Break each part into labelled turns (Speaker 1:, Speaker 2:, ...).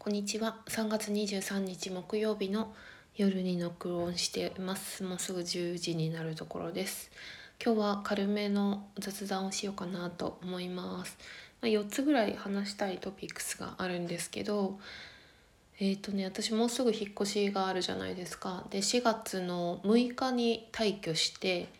Speaker 1: こんにちは。3月23日木曜日の夜に録音しています。もうすぐ10時になるところです。今日は軽めの雑談をしようかなと思います。4つぐらい話したいトピックスがあるんですけど、私もうすぐ引っ越しがあるじゃないですか。で、4月の6日に退去して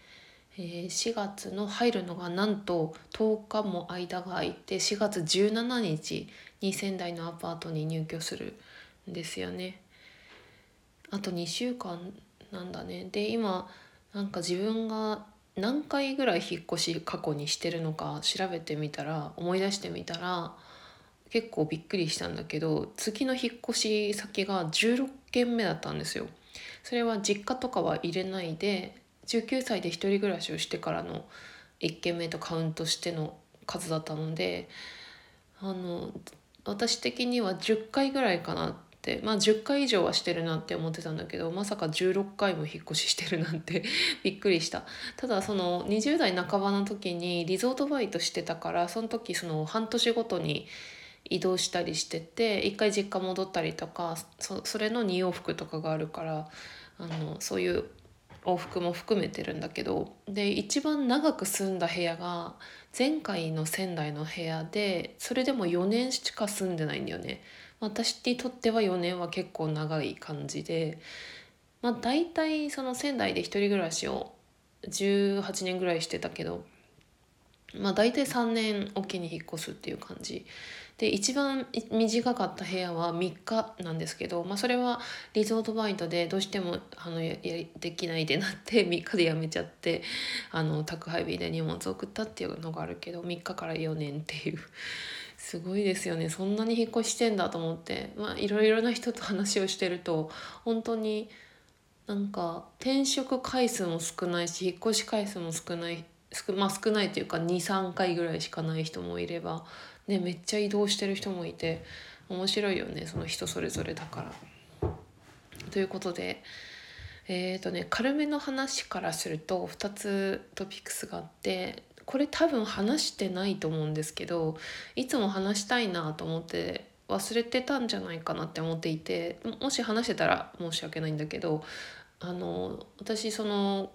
Speaker 1: 、4月の入るのがなんと10日も間が空いて、4月17日に仙台のアパートに入居するんですよね。あと2週間なんだね。で、今なんか自分が何回ぐらい引っ越し過去にしてるのか調べてみたら、思い出してみたら結構びっくりしたんだけど、次の引っ越し先が16軒目だったんですよ。それは実家とかは入れないで、19歳で一人暮らしをしてからの1軒目とカウントしての数だったので、あの私的には10回ぐらいかなって、10回以上はしてるなって思ってたんだけど、まさか16回も引っ越ししてるなんてびっくりした。ただその20代半ばの時にリゾートバイトしてたから、その時その半年ごとに移動したりしてて、一回実家戻ったりとか、それの2往復とかがあるから、そういう往復も含めてるんだけど、で一番長く住んだ部屋が前回の仙台の部屋で、それでも4年しか住んでないんだよね。私にとっては4年は結構長い感じで、大体その仙台で一人暮らしを18年ぐらいしてたけど、大体3年おきに引っ越すっていう感じで、一番短かった部屋は3日なんですけど、それはリゾートバイトでどうしてもできないでなって3日で辞めちゃって、宅配便で荷物送ったっていうのがあるけど、3日から4年っていうすごいですよね。そんなに引っ越ししてんだと思って、いろいろな人と話をしてると、本当になんか転職回数も少ないし、引っ越し回数も少ない、少ないというか23回ぐらいしかない人もいれば、ね、めっちゃ移動してる人もいて面白いよね、その人それぞれだから。ということで、軽めの話からすると2つトピックスがあって、これ多分話してないと思うんですけど、いつも話したいなと思って忘れてたんじゃないかなって思っていて、もし話してたら申し訳ないんだけど、私その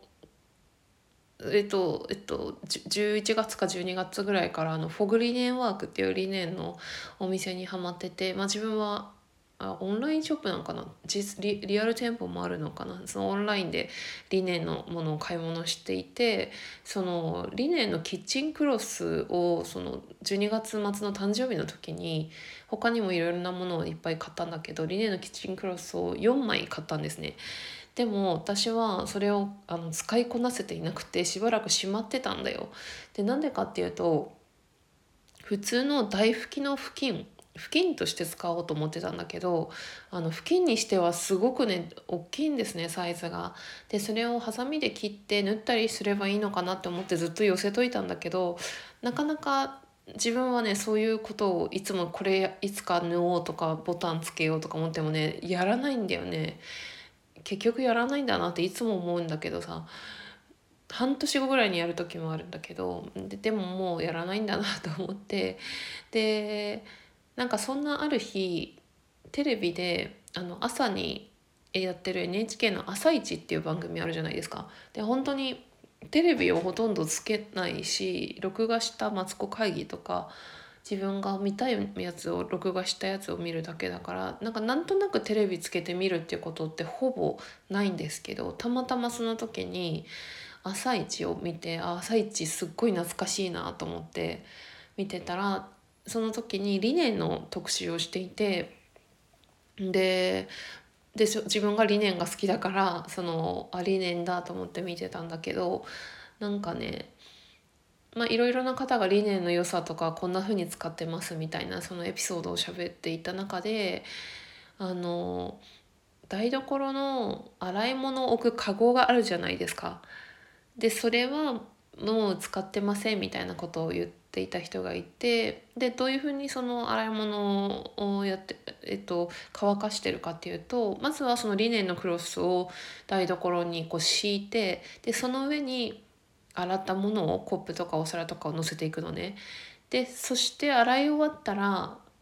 Speaker 1: 11月か12月ぐらいからフォグリネンワークっていうリネンのお店にハマってて、自分はオンラインショップなんかな、リアル店舗もあるのかな、そのオンラインでリネンのものを買い物していて、そのリネンのキッチンクロスをその12月末の誕生日の時に、他にもいろいろなものをいっぱい買ったんだけど、リネンのキッチンクロスを4枚買ったんですね。でも私はそれを使いこなせていなくて、しばらくしまってたんだよ。で、なんでかっていうと、普通の台拭きの布巾として使おうと思ってたんだけど、布巾にしてはすごくね大きいんですね、サイズが。でそれをハサミで切って縫ったりすればいいのかなって思ってずっと寄せといたんだけど、なかなか自分はね、そういうことをいつもこれいつか縫おうとかボタンつけようとか思ってもね、やらないんだよね。結局やらないんだなっていつも思うんだけどさ、半年後ぐらいにやる時もあるんだけど、でももうやらないんだなと思って、でなんかそんなある日テレビで朝にやってる NHK の「朝一っていう番組あるじゃないですか。で本当にテレビをほとんどつけないし、録画したマツコ会議とか自分が見たいやつを録画したやつを見るだけだから、なんとなくテレビつけて見るっていうことってほぼないんですけど、たまたまその時に朝一を見て、朝一すっごい懐かしいなと思って見てたら、その時にリネンの特集をしていて、で自分がリネンが好きだから、リネンだと思って見てたんだけど、なんかね、いろいろな方がリネンの良さとかこんな風に使ってますみたいなそのエピソードを喋っていた中で、あの台所の洗い物を置くカゴがあるじゃないですか。でそれはもう使ってませんみたいなことを言っていた人がいて、でどういうふうにその洗い物をやって、乾かしてるかっていうと、まずはそのリネンのクロスを台所にこう敷いて、でその上に洗ったものをコップとかお皿とかを乗せていくのね。でそして洗い終わったら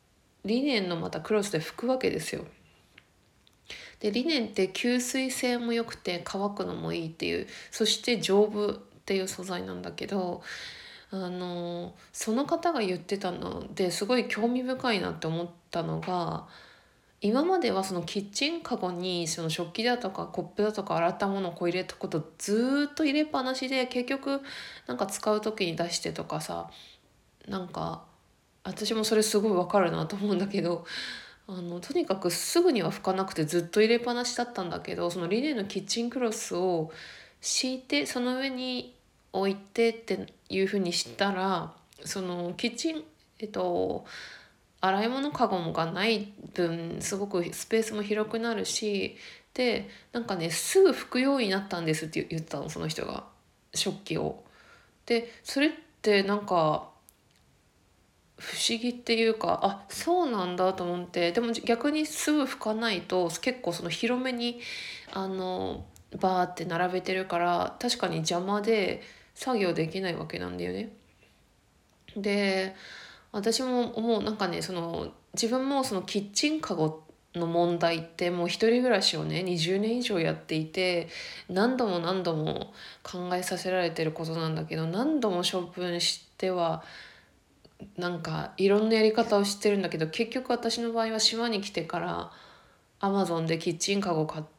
Speaker 1: リネンのまたクロスで拭くわけですよ。でリネンって吸水性も良くて乾くのもいいっていう、そして丈夫っていう素材なんだけど、その方が言ってたのですごい興味深いなって思ったのが、今まではそのキッチンカゴにその食器だとかコップだとか洗ったものをこう入れたことずっと入れっぱなしで、結局なんか使う時に出してとかさ、なんか私もそれすごいわかるなと思うんだけど、とにかくすぐには拭かなくてずっと入れっぱなしだったんだけど、そのリネンのキッチンクロスを敷いてその上に置いてっていう風にしたら、そのキッチン洗い物かごがない分すごくスペースも広くなるし、でなんかねすぐ拭くようになったんですって言ったの、その人が食器を。でそれってなんか不思議っていうか、あ、そうなんだと思って。でも逆にすぐ拭かないと結構その広めにあのバーって並べてるから確かに邪魔で作業できないわけなんだよね。で私も思う、なんかねその自分もそのキッチンカゴの問題ってもう一人暮らしをね20年以上やっていて何度も何度も考えさせられてることなんだけど、何度も処分してはなんかいろんなやり方を知ってるんだけど、結局私の場合は島に来てからアマゾンでキッチンカゴ買って、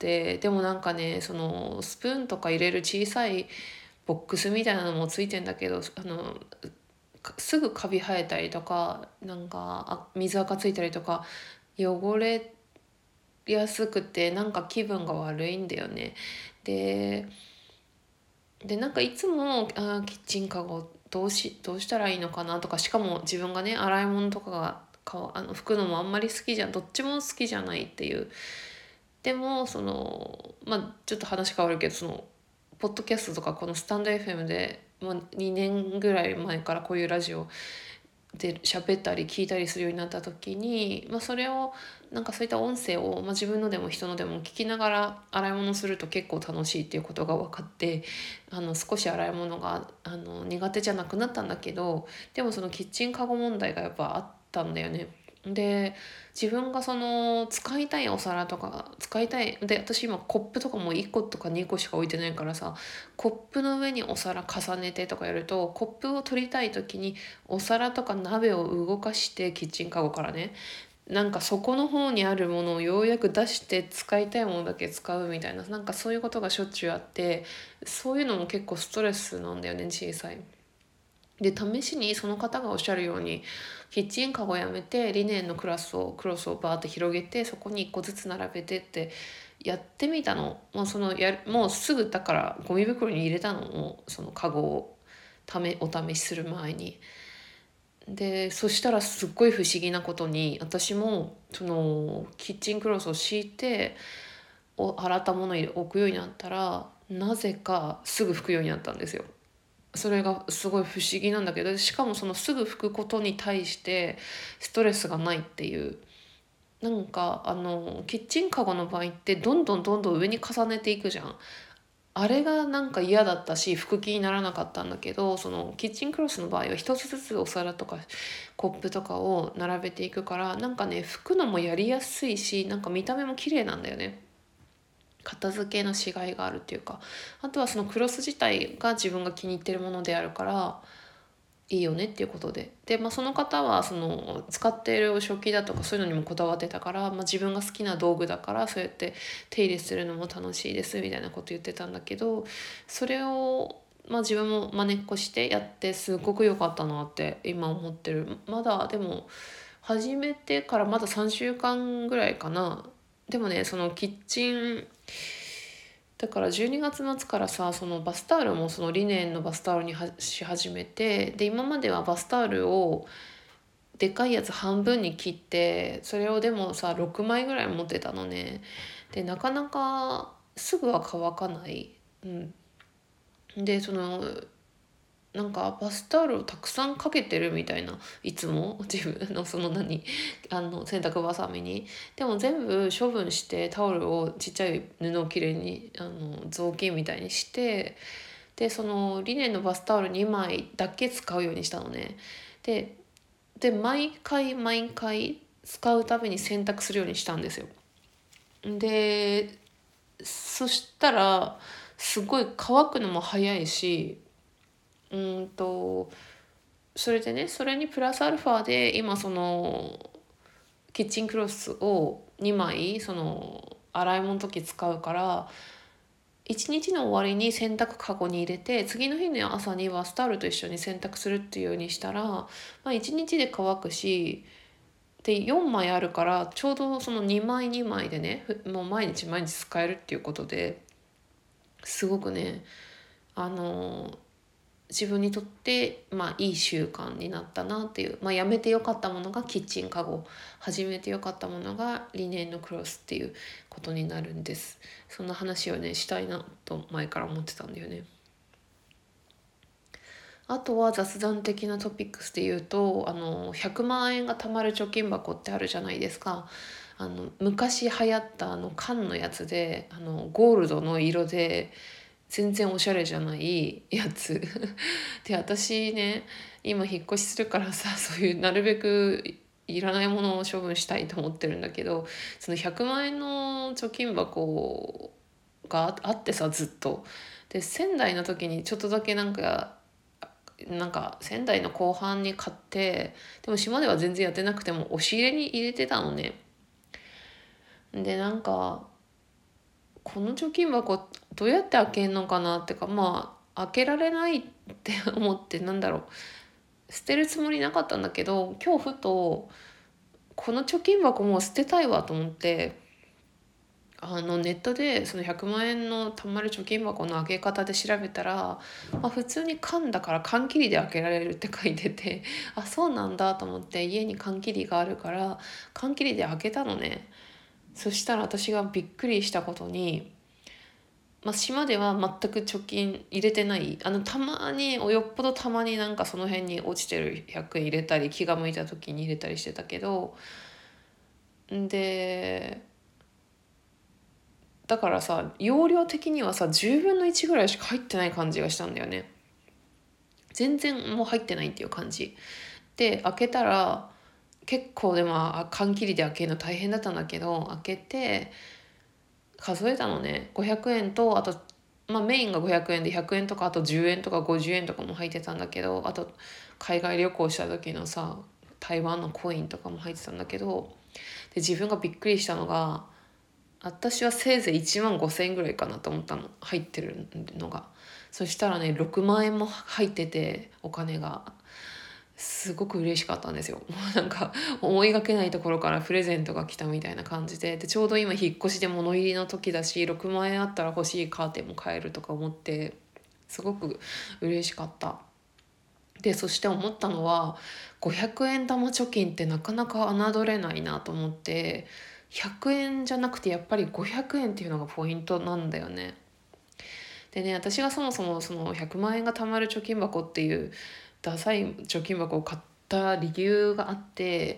Speaker 1: でもなんかねそのスプーンとか入れる小さいボックスみたいなのもついてんだけど、すぐカビ生えたりとか、なんか水垢ついたりとか汚れやすくてなんか気分が悪いんだよね。でなんかいつもキッチンカゴどうしたらいいのかなとか、しかも自分がね洗い物とかが拭くのもあんまり好きじゃん、どっちも好きじゃないっていう。でもそのまあちょっと話変わるけど、そのポッドキャストとかこのスタンド FM でもう2年ぐらい前からこういうラジオで喋ったり聞いたりするようになった時に、それをなんかそういった音声を、自分のでも人のでも聞きながら洗い物すると結構楽しいっていうことが分かって、少し洗い物が苦手じゃなくなったんだけど、でもそのキッチンカゴ問題がやっぱあったんだよね。で自分がその使いたいお皿とか使いたいで、私今コップとかも1個とか2個しか置いてないからさ、コップの上にお皿重ねてとかやると、コップを取りたい時にお皿とか鍋を動かしてキッチンカゴからね、なんかそこの方にあるものをようやく出して使いたいものだけ使うみたいな、なんかそういうことがしょっちゅうあって、そういうのも結構ストレスなんだよね、小さい。で試しにその方がおっしゃるようにキッチンカゴやめてリネンのクロスをバーって広げてそこに1個ずつ並べてってやってみたの。もうすぐだからゴミ袋に入れたのもそのカゴをお試しする前に。でそしたらすっごい不思議なことに、私もそのキッチンクロスを敷いて洗ったものを置くようになったらなぜかすぐ拭くようになったんですよ。それがすごい不思議なんだけど、しかもそのすぐ拭くことに対してストレスがないっていう。なんかキッチンカゴの場合ってどんどんどんどん上に重ねていくじゃん。あれがなんか嫌だったし拭く気にならなかったんだけど、そのキッチンクロスの場合は一つずつお皿とかコップとかを並べていくから、なんかね拭くのもやりやすいし、なんか見た目も綺麗なんだよね。片付けのしがいがあるっていうか、あとはそのクロス自体が自分が気に入ってるものであるからいいよねっていうことで、その方はその使っている食器だとかそういうのにもこだわってたから、自分が好きな道具だからそうやって手入れするのも楽しいですみたいなこと言ってたんだけど、それを自分も真似っこしてやってすごく良かったなって今思ってる。まだでも始めてからまだ3週間ぐらいかな。でもねそのキッチンだから12月末からさ、そのバスタオルもそのリネンのバスタオルにし始めて、で今まではバスタオルをでかいやつ半分に切って、それをでもさ6枚ぐらい持ってたのね。でなかなかすぐは乾かない。でそのなんかバスタオルをたくさんかけてるみたいな、いつも自分のその洗濯ばさみに。でも全部処分してタオルをちっちゃい布をきれいに雑巾みたいにして、でそのリネンのバスタオル2枚だけ使うようにしたのね。で毎回使うたびに洗濯するようにしたんですよ。でそしたらすごい乾くのも早いし、それでね、それにプラスアルファで今そのキッチンクロスを2枚その洗い物の時使うから、1日の終わりに洗濯かごに入れて、次の日の朝にはスタオルと一緒に洗濯するっていうようにしたら、1日で乾くし、で4枚あるからちょうどその2枚2枚でね、もう毎日毎日使えるっていうことですごくね、自分にとって、いい習慣になったなっていう、やめてよかったものがキッチンカゴ、始めてよかったものがリネンのクロスっていうことになるんです。そんな話をねしたいなと前から思ってたんだよね。あとは雑談的なトピックスで言うと、100万円が貯まる貯金箱ってあるじゃないですか。昔流行った缶のやつで、ゴールドの色で全然おしゃれじゃないやつで、私ね今引っ越しするからさ、そういうなるべくいらないものを処分したいと思ってるんだけど、その100万円の貯金箱があってさ、ずっと。で仙台の時にちょっとだけ仙台の後半に買って、でも島では全然やってなくても押し入れに入れてたのね。でこの貯金箱どうやって開けんのかなってか、開けられないって思って、捨てるつもりなかったんだけど、今日ふとこの貯金箱もう捨てたいわと思って、ネットでその100万円のたまる貯金箱の開け方で調べたら、普通に缶だから缶切りで開けられるって書いてて、あ、そうなんだと思って、家に缶切りがあるから缶切りで開けたのね。そしたら私がびっくりしたことに、島では全く貯金入れてない、たまによっぽどたまにその辺に落ちてる100円入れたり、気が向いた時に入れたりしてたけど、でだからさ、容量的にはさ10分の1ぐらいしか入ってない感じがしたんだよね。全然もう入ってないっていう感じで、開けたら結構でも缶切りで開けるの大変だったんだけど、開けて数えたのね。500円と、あとメインが500円で100円とか、あと10円とか50円とかも入ってたんだけど、あと海外旅行した時のさ台湾のコインとかも入ってたんだけど、で自分がびっくりしたのが、私はせいぜい1万5,000円ぐらいかなと思ったの、入ってるのが。そしたらね6万円も入ってて、お金がすごく嬉しかったんですよ。もう思いがけないところからプレゼントが来たみたいな感じで、ちょうど今引っ越しで物入りの時だし、6万円あったら欲しいカーテンも買えるとか思って、すごく嬉しかった。でそして思ったのは、500円玉貯金ってなかなか侮れないなと思って、100円じゃなくてやっぱり500円っていうのがポイントなんだよね。でね、私がそもそもその100万円が貯まる貯金箱っていうダサい貯金箱を買った理由があって、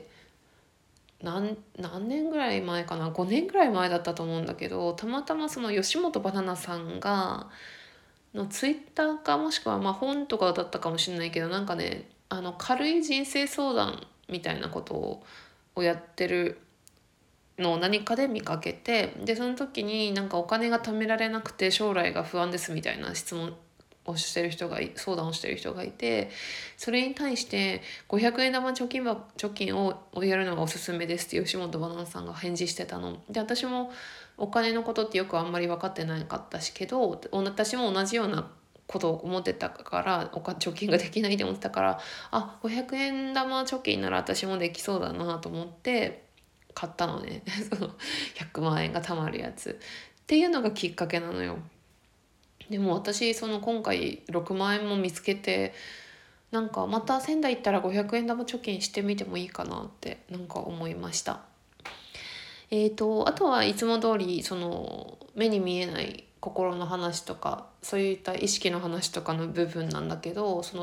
Speaker 1: 何年ぐらい前かな、5年ぐらい前だったと思うんだけど、たまたまその吉本バナナさんがのツイッターか、もしくは本とかだったかもしれないけど、軽い人生相談みたいなことをやってるのを何かで見かけて、でその時にお金が貯められなくて将来が不安ですみたいな質問をしてる人が相談をしてる人がいて、それに対して500円玉貯金をやるのがおすすめですって吉本ばななさんが返事してたので、私もお金のことってよくあんまり分かってなかったしけど、私も同じようなことを思ってたから、貯金ができないと思ってたから、500円玉貯金なら私もできそうだなと思って買ったのねその100万円が貯まるやつっていうのがきっかけなのよ。でも私その今回6万円も見つけて、また仙台行ったら500円玉貯金してみてもいいかなって思いました。あとはいつも通りその目に見えない心の話とか、そういった意識の話とかの部分なんだけど、その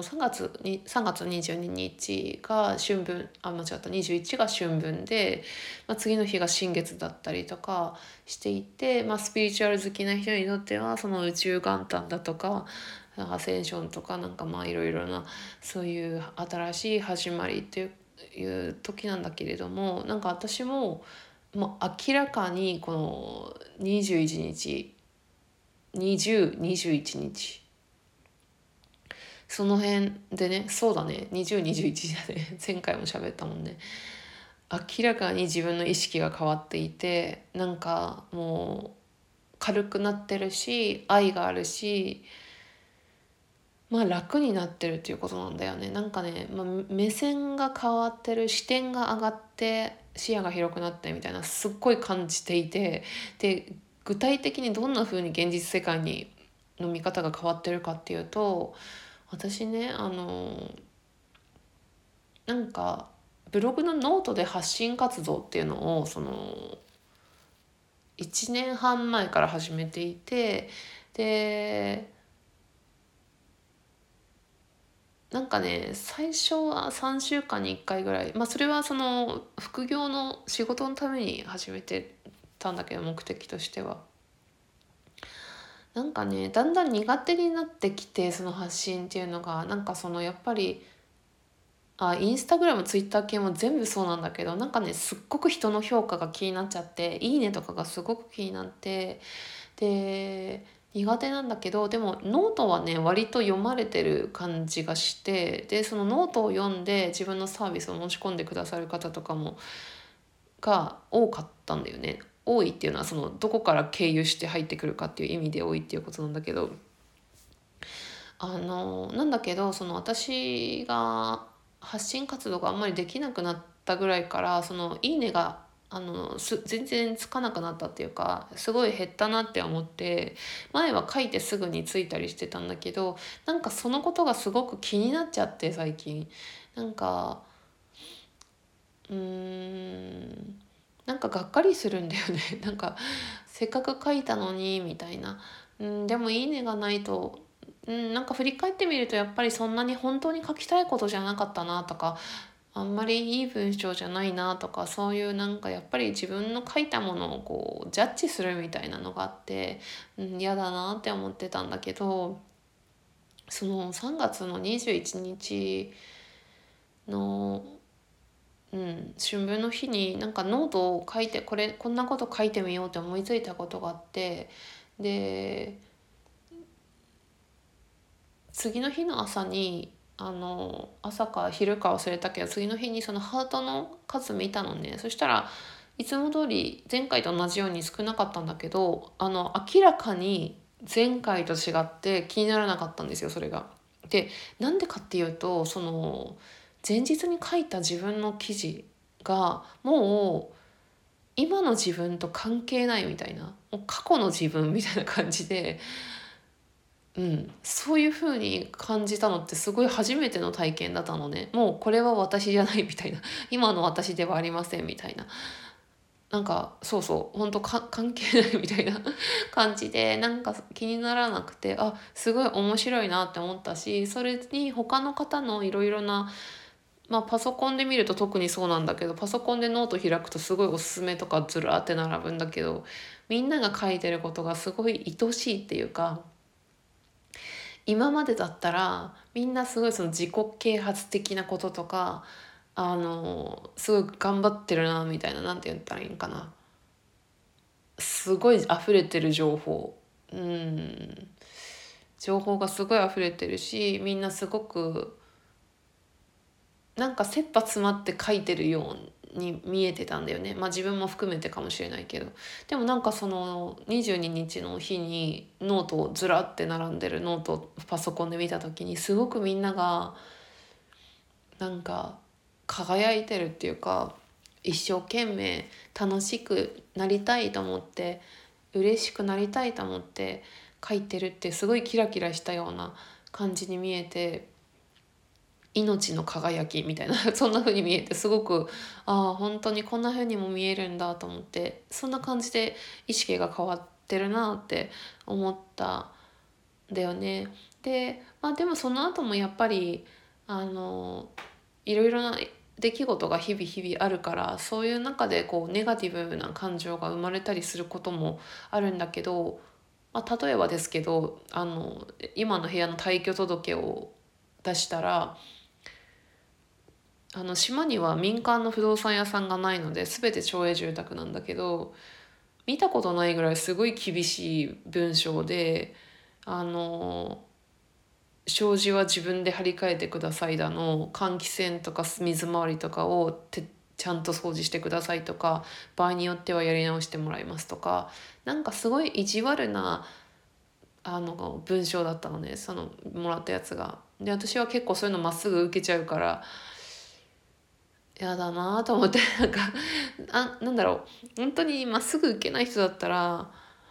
Speaker 1: 3月22日が春分、間違った21が春分で、次の日が新月だったりとかしていて、スピリチュアル好きな人にとってはその宇宙元旦だとかアセンションとかいろいろなそういう新しい始まりっていういう時なんだけれども、なんか私も、明らかにこの21日2021日その辺でね、そうだね、2021だね前回も喋ったもんね。明らかに自分の意識が変わっていて、なんかもう軽くなってるし、愛があるし、楽になってるっていうことなんだよね。なんかね、目線が変わってる、視点が上がって視野が広くなってみたいな、すっごい感じていて、で具体的にどんな風に現実世界にの見方が変わってるかっていうと、私ね、なんかブログのノートで発信活動っていうのを1年半前から始めていて、でなんかね、最初は3週間に1回ぐらい、それはその副業の仕事のために始めてたんだけど、目的としては。なんかね、だんだん苦手になってきて、その発信っていうのが、なんかやっぱり、インスタグラム、ツイッター系も全部そうなんだけど、なんかね、すっごく人の評価が気になっちゃって、いいねとかがすごく気になって、で苦手なんだけど、でもノートはね割と読まれてる感じがして、でそのノートを読んで自分のサービスを申し込んでくださる方とかもが多かったんだよね。多いっていうのはどこから経由して入ってくるかっていう意味で多いっていうことなんだけど、なんだけど私が発信活動があんまりできなくなったぐらいから、いいねが全然つかなくなったっていうか、すごい減ったなって思って。前は書いてすぐについたりしてたんだけど、なんかそのことがすごく気になっちゃって、最近。なんかうーんなんかがっかりするんだよねなんかせっかく書いたのにみたいな。でもいいねがないと、なんか振り返ってみるとやっぱりそんなに本当に書きたいことじゃなかったなとか、あんまりいい文章じゃないなとか、そういうなんかやっぱり自分の書いたものをこうジャッジするみたいなのがあって、嫌だなって思ってたんだけど、その3月の21日の春分の日になんかノートを書いて、こんなこと書いてみようって思いついたことがあって、で次の日の朝に朝か昼か忘れたけど、次の日にそのハートの数見たのね。そしたらいつも通り前回と同じように少なかったんだけど、明らかに前回と違って気にならなかったんですよ、それが。でなんでかっていうと、前日に書いた自分の記事がもう今の自分と関係ないみたいな、もう過去の自分みたいな感じで、そういう風に感じたのってすごい初めての体験だったのね。もうこれは私じゃないみたいな、今の私ではありませんみたいな、なんかそうそう、本当関係ないみたいな感じで、なんか気にならなくて、すごい面白いなって思ったし、それに他の方のいろいろな、パソコンで見ると特にそうなんだけど、パソコンでノート開くとすごいおすすめとかずらーって並ぶんだけど、みんなが書いてることがすごい愛しいっていうか、今までだったらみんなすごいその自己啓発的なこととか、すごい頑張ってるなみたいな、なんて言ったらいいんかな、すごい溢れてる情報、情報がすごい溢れてるし、みんなすごくなんか切羽詰まって書いてるように見えてたんだよね。自分も含めてかもしれないけど。でもなんかその22日の日にノートをずらって並んでるノートをパソコンで見た時に、すごくみんながなんか輝いてるっていうか、一生懸命楽しくなりたいと思って、嬉しくなりたいと思って書いてるって、すごいキラキラしたような感じに見えて、命の輝きみたいなそんな風に見えて、すごく本当にこんな風にも見えるんだと思って、そんな感じで意識が変わってるなって思ったんだよね。で、でもその後もやっぱりいろいろな出来事が日々日々あるから、そういう中でこうネガティブな感情が生まれたりすることもあるんだけど、例えばですけど、今の部屋の退去届を出したら、 島には民間の不動産屋さんがないので全て町営住宅なんだけど、見たことないぐらいすごい厳しい文章で、あの障子は自分で張り替えてくださいだの、換気扇とか水回りとかをちゃんと掃除してくださいとか、場合によってはやり直してもらいますとか、なんかすごい意地悪な文章だったのね、そのもらったやつが。で私は結構そういうのまっすぐ受けちゃうからやだなと思って、なんかなんだろう、本当にまっすぐ受けない人だったら、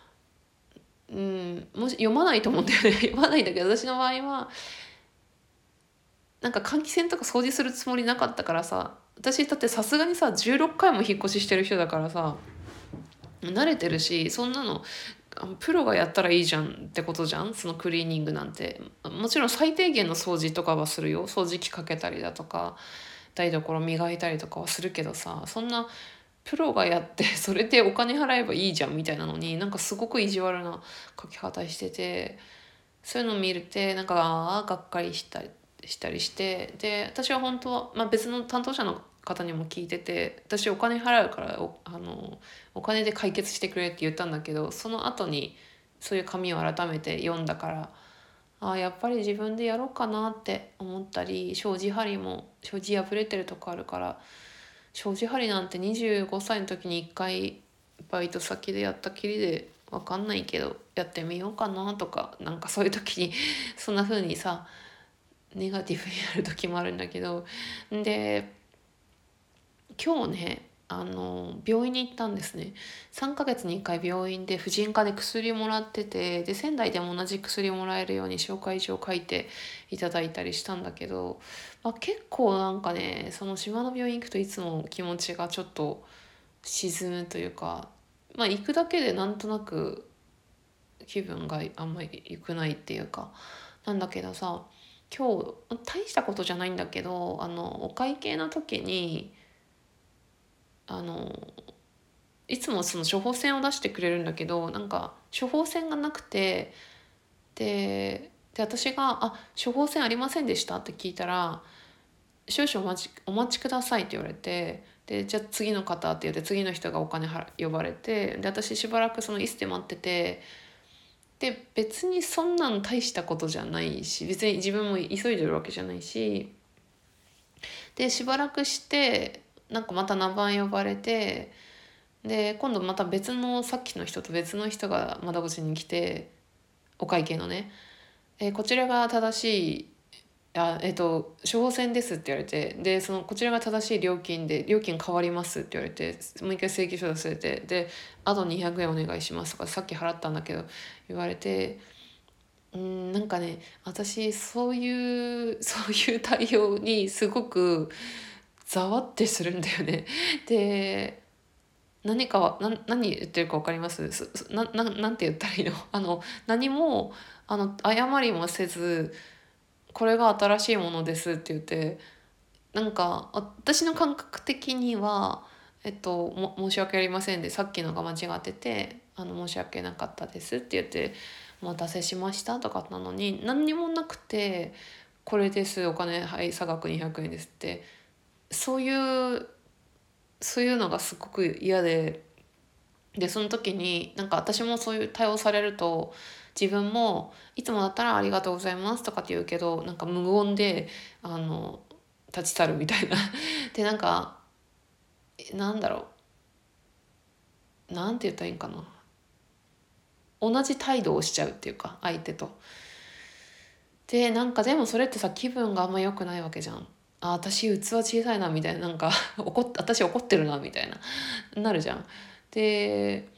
Speaker 1: もし読まないと思うんだよね読まないんだけど、私の場合はなんか換気扇とか掃除するつもりなかったからさ、私だってさすがにさ16回も引っ越ししてる人だからさ、慣れてるし、そんなのプロがやったらいいじゃんってことじゃん、そのクリーニングなんて。もちろん最低限の掃除とかはするよ、掃除機かけたりだとか台所磨いたりとかはするけどさ、そんなプロがやってそれでお金払えばいいじゃんみたいなのに、なんかすごく意地悪な書き方してて、そういうのを見るてなんかがっかりしたりして、で私は本当は、別の担当者の方にも聞いてて、私お金払うからお金で解決してくれって言ったんだけど、その後にそういう紙を改めて読んだから、やっぱり自分でやろうかなって思ったり、障子破れてるとこあるから、障子張りなんて25歳の時に1回バイト先でやったきりで分かんないけどやってみようかなとか、なんかそういう時にそんな風にさネガティブになる時もあるんだけど、で今日ね病院に行ったんですね。3ヶ月に1回病院で婦人科で薬もらってて、で仙台でも同じ薬をもらえるように紹介状を書いていただいたりしたんだけど、結構なんかね、その島の病院行くといつも気持ちがちょっと沈むというか、行くだけでなんとなく気分があんまり良くないっていうかなんだけどさ、今日大したことじゃないんだけど、お会計の時にあのいつもその処方箋を出してくれるんだけど、なんか処方箋がなくて、で私が処方箋ありませんでした?」って聞いたら「少々お待ちください」って言われて、でじゃあ次の方って言って次の人がお金呼ばれて、で私しばらくその椅子で待ってて、で別にそんなん大したことじゃないし、別に自分も急いでるわけじゃないし、でしばらくしてなんかまた名番呼ばれて、で今度またさっきの人と別の人が窓口に来て、お会計のねこちらが正しい処方箋ですって言われて、でこちらが正しい料金で料金変わりますって言われて、もう一回請求書出されて、であと200円お願いしますとかさっき払ったんだけど言われて、なんかね、私そういう対応にすごくざわってするんだよね。で何言ってるか分かります？なんて言ったらいいの何も謝りもせず、これが新しいものですって言って、なんか私の感覚的には申し訳ありませんで、さっきのが間違ってて申し訳なかったですって言ってお待たせしましたとかなのに、何にもなくてこれですお金はい差額200円ですって、そういうのがすごく嫌で、その時になんか私もそういう対応されると、自分もいつもだったら「ありがとうございます」とかって言うけど、なんか無言で立ち去るみたいなでなんかなんだろなんて言ったらいいんかな、同じ態度をしちゃうっていうか相手と。でなんかでもそれってさ気分があんま良くないわけじゃん。私器小さいなみたいな、なんか私怒ってるなみたいななるじゃん。で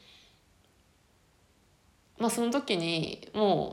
Speaker 1: その時に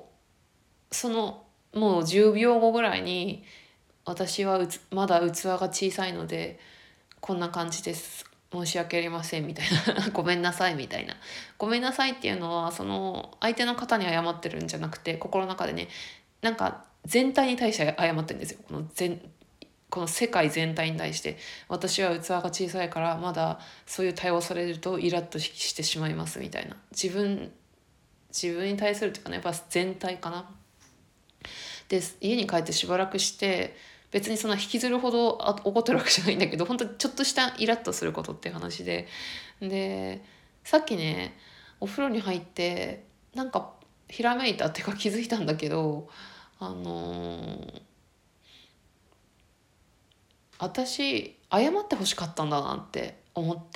Speaker 1: もう10秒後ぐらいに私はまだ器が小さいのでこんな感じです申し訳ありませんみたいなごめんなさいみたいな。ごめんなさいっていうのはその相手の方に謝ってるんじゃなくて、心の中でね、なんか全体に対して謝ってるんですよ。この世界全体に対して、私は器が小さいからまだそういう対応されるとイラッとしてしまいますみたいな、自分に対するっていうかね、やっぱ全体かな。で家に帰ってしばらくして、 別にそんな引きずるほど怒ってるわけじゃないんだけど、本当ちょっとしたイラッとすることって話でさっきねお風呂に入ってなんかひらめいたっていうか気づいたんだけど、私謝ってほしかったんだなって思って、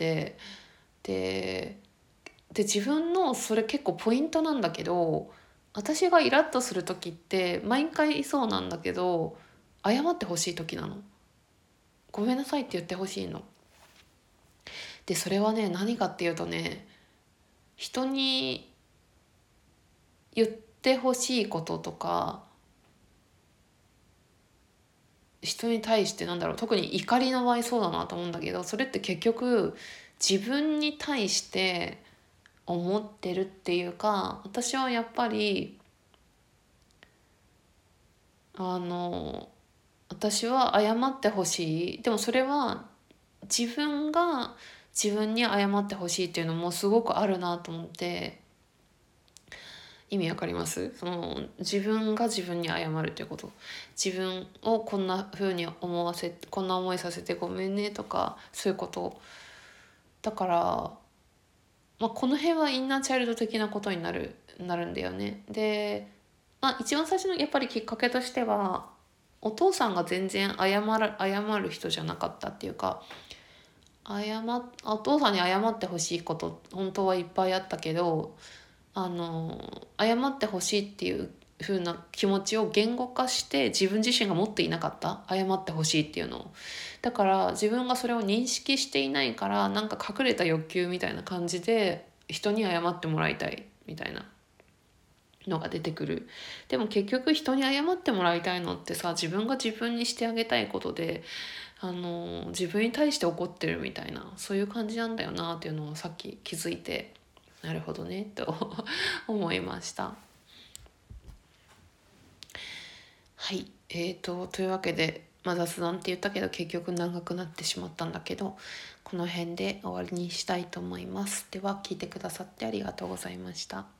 Speaker 1: で自分のそれ結構ポイントなんだけど、私がイラッとする時って毎回そうなんだけど、謝ってほしい時なの。ごめんなさいって言ってほしいの。でそれはね何かっていうとね、人に言ってほしいこととか、人に対して特に怒りの場合そうだなと思うんだけど、それって結局自分に対して思ってるっていうか、私はやっぱり私は謝ってほしい。でもそれは自分が自分に謝ってほしいっていうのもすごくあるなと思って。意味わかります？その自分が自分に謝るっていうこと。自分をこんな風にこんな思いさせてごめんねとか、そういうこと。だから、この辺はインナーチャイルド的なことになるんだよね。で、一番最初のやっぱりきっかけとしては、お父さんが全然謝る人じゃなかったっていうか、お父さんに謝ってほしいこと本当はいっぱいあったけど、謝ってほしいっていう風な気持ちを言語化して自分自身が持っていなかった、謝ってほしいっていうのを。だから自分がそれを認識していないから、なんか隠れた欲求みたいな感じで人に謝ってもらいたいみたいなのが出てくる。でも結局人に謝ってもらいたいのってさ、自分が自分にしてあげたいことで、自分に対して怒ってるみたいな、そういう感じなんだよなっていうのをさっき気づいて、なるほどねと思いました。はい、というわけで、雑談って言ったけど結局長くなってしまったんだけど、この辺で終わりにしたいと思います。では聞いてくださってありがとうございました。